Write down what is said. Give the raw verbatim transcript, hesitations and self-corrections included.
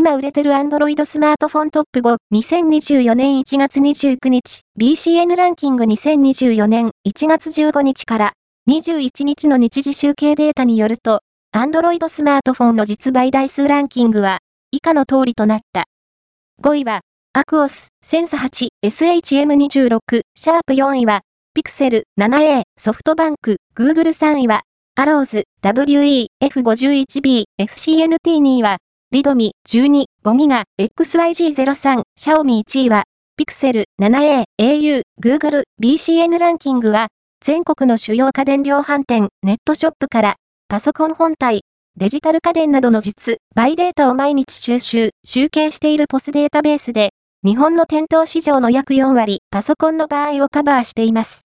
今売れてる Android スマートフォントップご、にせんにじゅうよねんいちがつにじゅうくにち、ビーシーエヌ ランキングにせんにじゅうよねんいちがつじゅうごにちからにじゅういちにちの日時集計データによると、Android スマートフォンの実売台数ランキングは、以下の通りとなった。ごいは、アクオス、センサはち、エスエイチエムにじゅうろく、シャープよんいは、ピクセル ななエー、ソフトバンク、Google さんいは、アローズ、ダブリューイー、エフごじゅういちビー、エフシーエヌティーにいは、リドミ、じゅうに、ごギガ、エックスワイジーゼロさん、シャオミいちいは、ピクセル ななエー、エーユー、Google、ビーシーエヌ ランキングは、全国の主要家電量販店、ネットショップから、パソコン本体、デジタル家電などの実、売データを毎日収集、集計しているポスデータベースで、日本の店頭市場の約よんわり、パソコンの場合をカバーしています。